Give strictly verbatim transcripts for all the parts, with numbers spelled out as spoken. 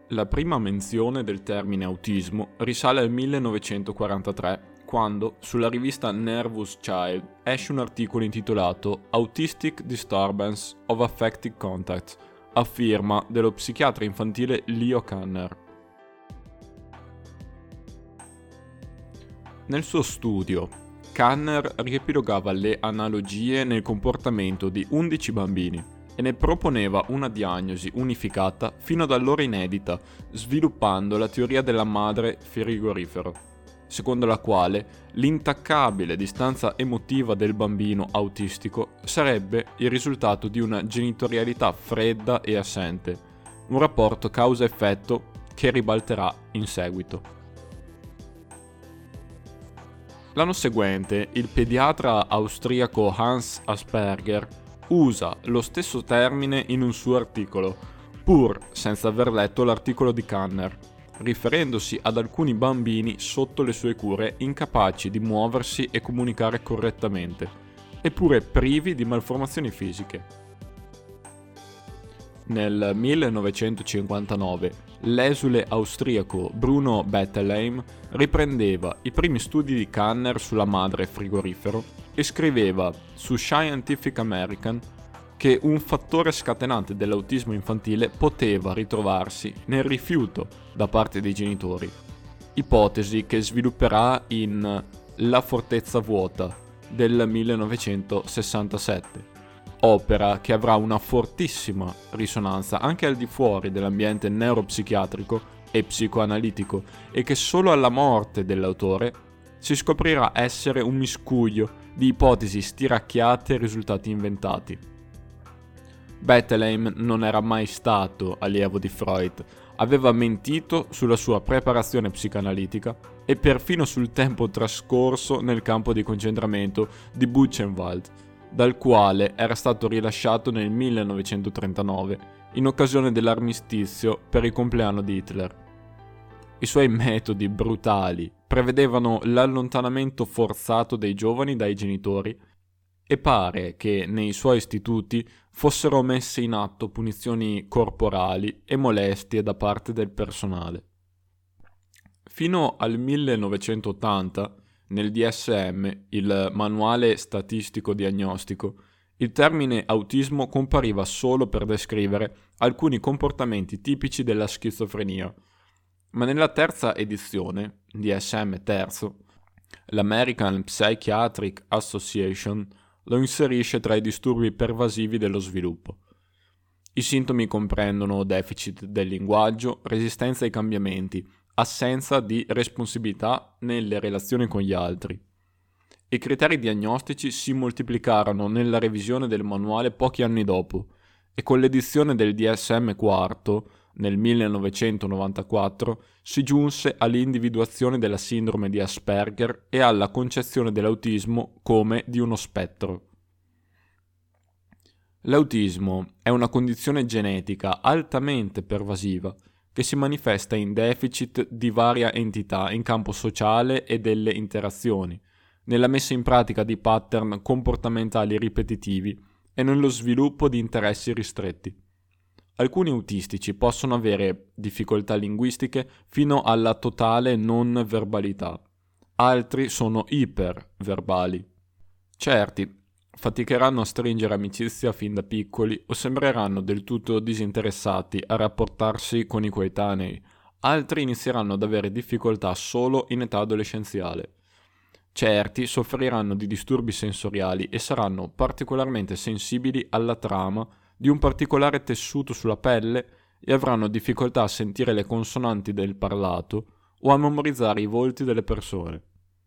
La prima menzione del termine autismo risale al millenovecentoquarantatré, quando sulla rivista Nervous Child esce un articolo intitolato Autistic Disturbance of Affective Contact, a firma dello psichiatra infantile Leo Kanner. Nel suo studio, Kanner riepilogava le analogie nel comportamento di undici bambini e ne proponeva una diagnosi unificata fino ad allora inedita, sviluppando la teoria della madre frigorifero, secondo la quale l'intaccabile distanza emotiva del bambino autistico sarebbe il risultato di una genitorialità fredda e assente, un rapporto causa-effetto che ribalterà in seguito. L'anno seguente, il pediatra austriaco Hans Asperger usa lo stesso termine in un suo articolo, pur senza aver letto l'articolo di Kanner, riferendosi ad alcuni bambini sotto le sue cure incapaci di muoversi e comunicare correttamente, eppure privi di malformazioni fisiche. Nel millenovecentocinquantanove l'esule austriaco Bruno Bettelheim riprendeva i primi studi di Kanner sulla madre frigorifero e scriveva su Scientific American che un fattore scatenante dell'autismo infantile poteva ritrovarsi nel rifiuto da parte dei genitori, ipotesi che svilupperà in La fortezza vuota del millenovecentosessantasette, opera che avrà una fortissima risonanza anche al di fuori dell'ambiente neuropsichiatrico e psicoanalitico e che solo alla morte dell'autore si scoprirà essere un miscuglio di ipotesi stiracchiate e risultati inventati. Bettelheim non era mai stato allievo di Freud, aveva mentito sulla sua preparazione psicanalitica e perfino sul tempo trascorso nel campo di concentramento di Buchenwald, dal quale era stato rilasciato nel millenovecentotrentanove in occasione dell'armistizio per il compleanno di Hitler. I suoi metodi brutali prevedevano l'allontanamento forzato dei giovani dai genitori e pare che nei suoi istituti fossero messe in atto punizioni corporali e molestie da parte del personale. Fino al millenovecentottanta, nel D S M, il Manuale Statistico Diagnostico, il termine autismo compariva solo per descrivere alcuni comportamenti tipici della schizofrenia, ma nella terza edizione, D S M terzo, l'American Psychiatric Association lo inserisce tra i disturbi pervasivi dello sviluppo. I sintomi comprendono deficit del linguaggio, resistenza ai cambiamenti, assenza di responsabilità nelle relazioni con gli altri. I criteri diagnostici si moltiplicarono nella revisione del manuale pochi anni dopo e con l'edizione del D S M quarto, nel millenovecentonovantaquattro, si giunse all'individuazione della sindrome di Asperger e alla concezione dell'autismo come di uno spettro. L'autismo è una condizione genetica altamente pervasiva che si manifesta in deficit di varia entità in campo sociale e delle interazioni, nella messa in pratica di pattern comportamentali ripetitivi e nello sviluppo di interessi ristretti. Alcuni autistici possono avere difficoltà linguistiche fino alla totale non verbalità, altri sono iperverbali. Certi faticheranno a stringere amicizia fin da piccoli o sembreranno del tutto disinteressati a rapportarsi con i coetanei, altri inizieranno ad avere difficoltà solo in età adolescenziale. Certi soffriranno di disturbi sensoriali e saranno particolarmente sensibili alla trama di un particolare tessuto sulla pelle e avranno difficoltà a sentire le consonanti del parlato o a memorizzare i volti delle persone.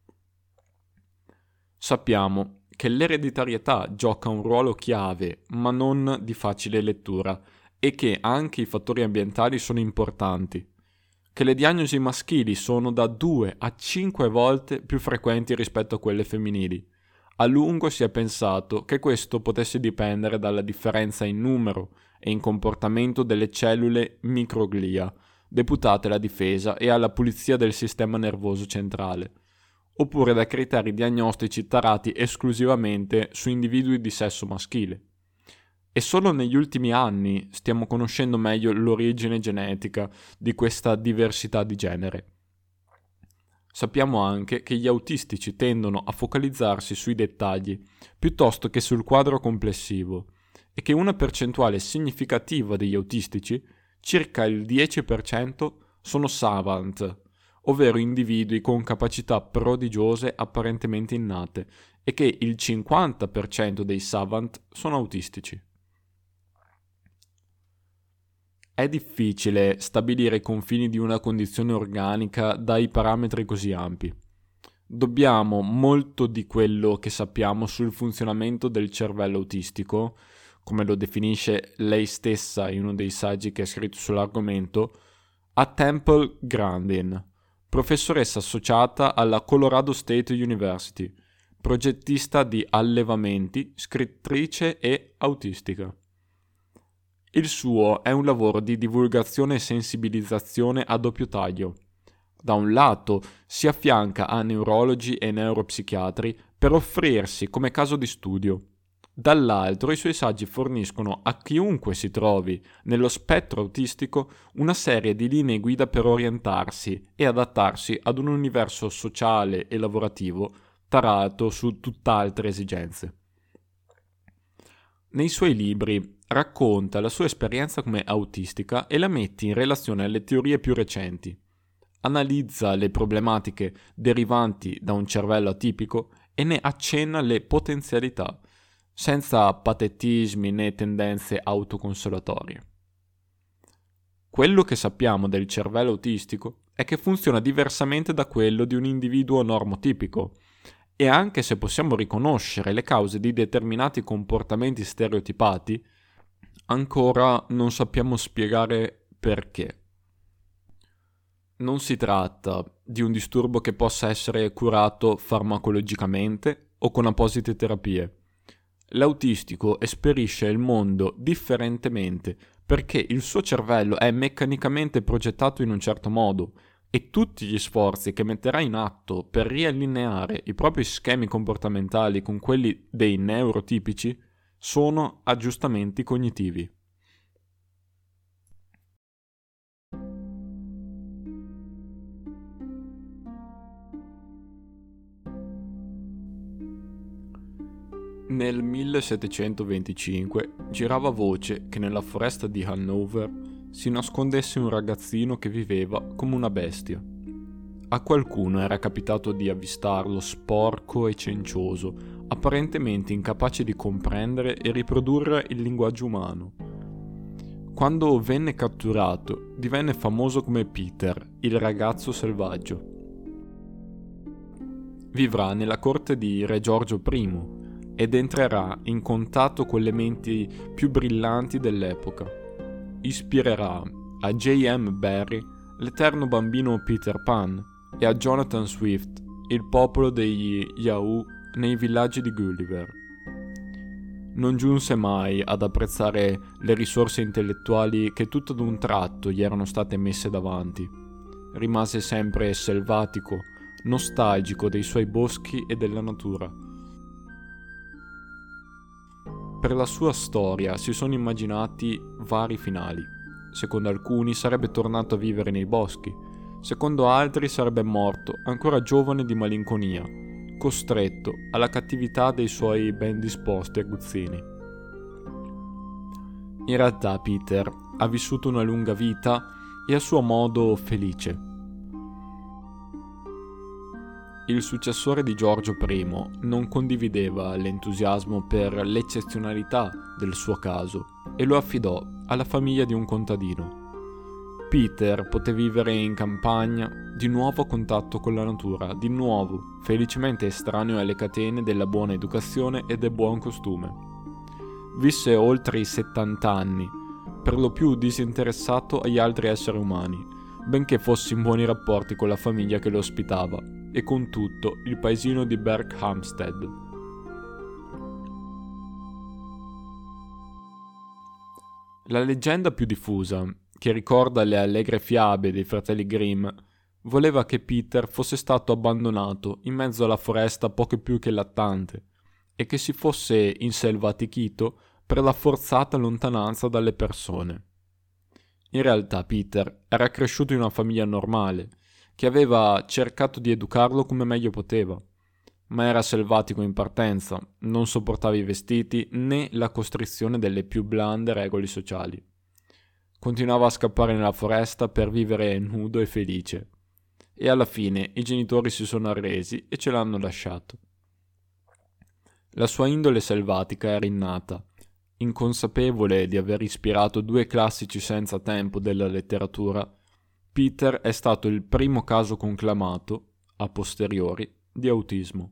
Sappiamo che l'ereditarietà gioca un ruolo chiave, ma non di facile lettura, e che anche i fattori ambientali sono importanti, che le diagnosi maschili sono da due a cinque volte più frequenti rispetto a quelle femminili. A lungo si è pensato che questo potesse dipendere dalla differenza in numero e in comportamento delle cellule microglia, deputate alla difesa e alla pulizia del sistema nervoso centrale, oppure da criteri diagnostici tarati esclusivamente su individui di sesso maschile. E solo negli ultimi anni stiamo conoscendo meglio l'origine genetica di questa diversità di genere. Sappiamo anche che gli autistici tendono a focalizzarsi sui dettagli piuttosto che sul quadro complessivo e che una percentuale significativa degli autistici, circa il dieci per cento, sono savant, ovvero individui con capacità prodigiose apparentemente innate, e che il cinquanta per cento dei savant sono autistici. È difficile stabilire i confini di una condizione organica dai parametri così ampi. Dobbiamo molto di quello che sappiamo sul funzionamento del cervello autistico, come lo definisce lei stessa in uno dei saggi che ha scritto sull'argomento, a Temple Grandin, professoressa associata alla Colorado State University, progettista di allevamenti, scrittrice e autistica. Il suo è un lavoro di divulgazione e sensibilizzazione a doppio taglio. Da un lato si affianca a neurologi e neuropsichiatri per offrirsi come caso di studio. Dall'altro i suoi saggi forniscono a chiunque si trovi nello spettro autistico una serie di linee guida per orientarsi e adattarsi ad un universo sociale e lavorativo tarato su tutt'altre esigenze. Nei suoi libri racconta la sua esperienza come autistica e la mette in relazione alle teorie più recenti. Analizza le problematiche derivanti da un cervello atipico e ne accenna le potenzialità, senza patetismi né tendenze autoconsolatorie. Quello che sappiamo del cervello autistico è che funziona diversamente da quello di un individuo normotipico, e anche se possiamo riconoscere le cause di determinati comportamenti stereotipati, ancora non sappiamo spiegare perché. Non si tratta di un disturbo che possa essere curato farmacologicamente o con apposite terapie. L'autistico esperisce il mondo differentemente perché il suo cervello è meccanicamente progettato in un certo modo e tutti gli sforzi che metterà in atto per riallineare i propri schemi comportamentali con quelli dei neurotipici sono aggiustamenti cognitivi. Nel millesettecentoventicinque girava voce che nella foresta di Hannover si nascondesse un ragazzino che viveva come una bestia. A qualcuno era capitato di avvistarlo sporco e cencioso, apparentemente incapace di comprendere e riprodurre il linguaggio umano. Quando venne catturato, divenne famoso come Peter, il ragazzo selvaggio. Vivrà nella corte di Re Giorgio I ed entrerà in contatto con le menti più brillanti dell'epoca. Ispirerà a J M Barrie l'eterno bambino Peter Pan e a Jonathan Swift il popolo degli Yahoo nei villaggi di Gulliver. Non giunse mai ad apprezzare le risorse intellettuali che tutto ad un tratto gli erano state messe davanti. Rimase sempre selvatico, nostalgico dei suoi boschi e della natura. Per la sua storia si sono immaginati vari finali. Secondo alcuni sarebbe tornato a vivere nei boschi, secondo altri sarebbe morto ancora giovane di malinconia, costretto alla cattività dei suoi ben disposti aguzzini. In realtà Peter ha vissuto una lunga vita e a suo modo felice. Il successore di Giorgio I non condivideva l'entusiasmo per l'eccezionalità del suo caso e lo affidò alla famiglia di un contadino. Peter poté vivere in campagna, di nuovo a contatto con la natura, di nuovo felicemente estraneo alle catene della buona educazione e del buon costume. Visse oltre i settanta anni, per lo più disinteressato agli altri esseri umani, benché fosse in buoni rapporti con la famiglia che lo ospitava e con tutto il paesino di Berkhamsted. La leggenda più diffusa, che ricorda le allegre fiabe dei fratelli Grimm, voleva che Peter fosse stato abbandonato in mezzo alla foresta poco più che lattante e che si fosse inselvatichito per la forzata lontananza dalle persone. In realtà Peter era cresciuto in una famiglia normale, che aveva cercato di educarlo come meglio poteva, ma era selvatico in partenza, non sopportava i vestiti né la costrizione delle più blande regole sociali. Continuava a scappare nella foresta per vivere nudo e felice, e alla fine i genitori si sono arresi e ce l'hanno lasciato. La sua indole selvatica era innata. Inconsapevole di aver ispirato due classici senza tempo della letteratura, Peter è stato il primo caso conclamato, a posteriori, di autismo.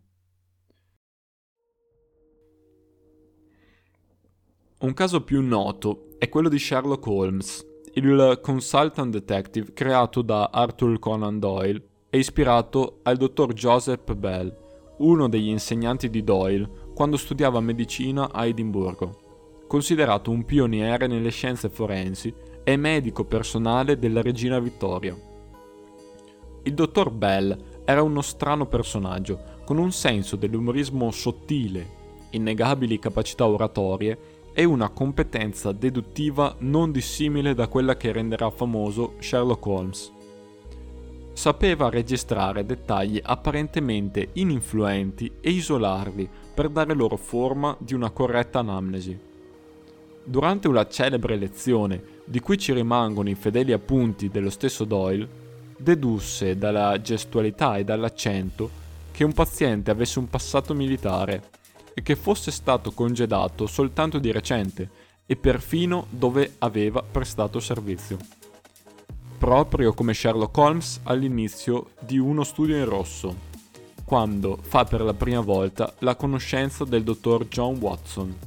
Un caso più noto è quello di Sherlock Holmes, il consultant detective creato da Arthur Conan Doyle e ispirato al dottor Joseph Bell, uno degli insegnanti di Doyle quando studiava medicina a Edimburgo, considerato un pioniere nelle scienze forensi e medico personale della regina Vittoria. Il dottor Bell era uno strano personaggio, con un senso dell'umorismo sottile, innegabili capacità oratorie e una competenza deduttiva non dissimile da quella che renderà famoso Sherlock Holmes. Sapeva registrare dettagli apparentemente ininfluenti e isolarli per dare loro forma di una corretta anamnesi. Durante una celebre lezione, di cui ci rimangono i fedeli appunti dello stesso Doyle, dedusse dalla gestualità e dall'accento che un paziente avesse un passato militare e che fosse stato congedato soltanto di recente e perfino dove aveva prestato servizio. Proprio come Sherlock Holmes all'inizio di Uno studio in rosso, quando fa per la prima volta la conoscenza del dottor John Watson.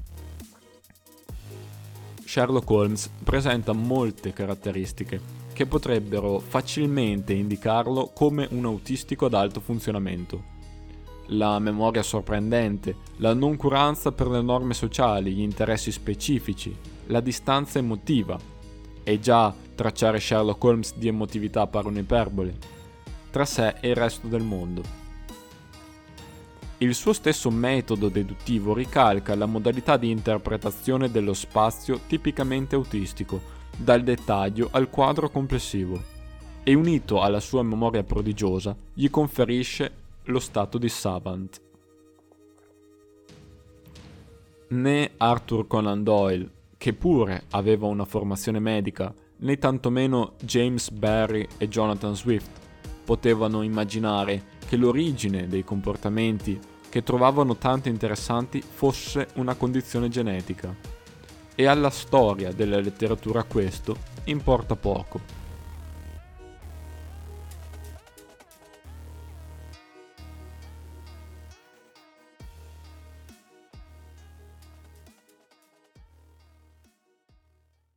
Sherlock Holmes presenta molte caratteristiche che potrebbero facilmente indicarlo come un autistico ad alto funzionamento. La memoria sorprendente, la noncuranza per le norme sociali, gli interessi specifici, la distanza emotiva. E già tracciare Sherlock Holmes di emotività pare un'iperbole, tra sé e il resto del mondo. Il suo stesso metodo deduttivo ricalca la modalità di interpretazione dello spazio tipicamente autistico, dal dettaglio al quadro complessivo, e unito alla sua memoria prodigiosa gli conferisce lo stato di savant. Né Arthur Conan Doyle, che pure aveva una formazione medica, né tantomeno James Barrie e Jonathan Swift potevano immaginare che l'origine dei comportamenti che trovavano tanto interessanti fosse una condizione genetica. E alla storia della letteratura questo importa poco.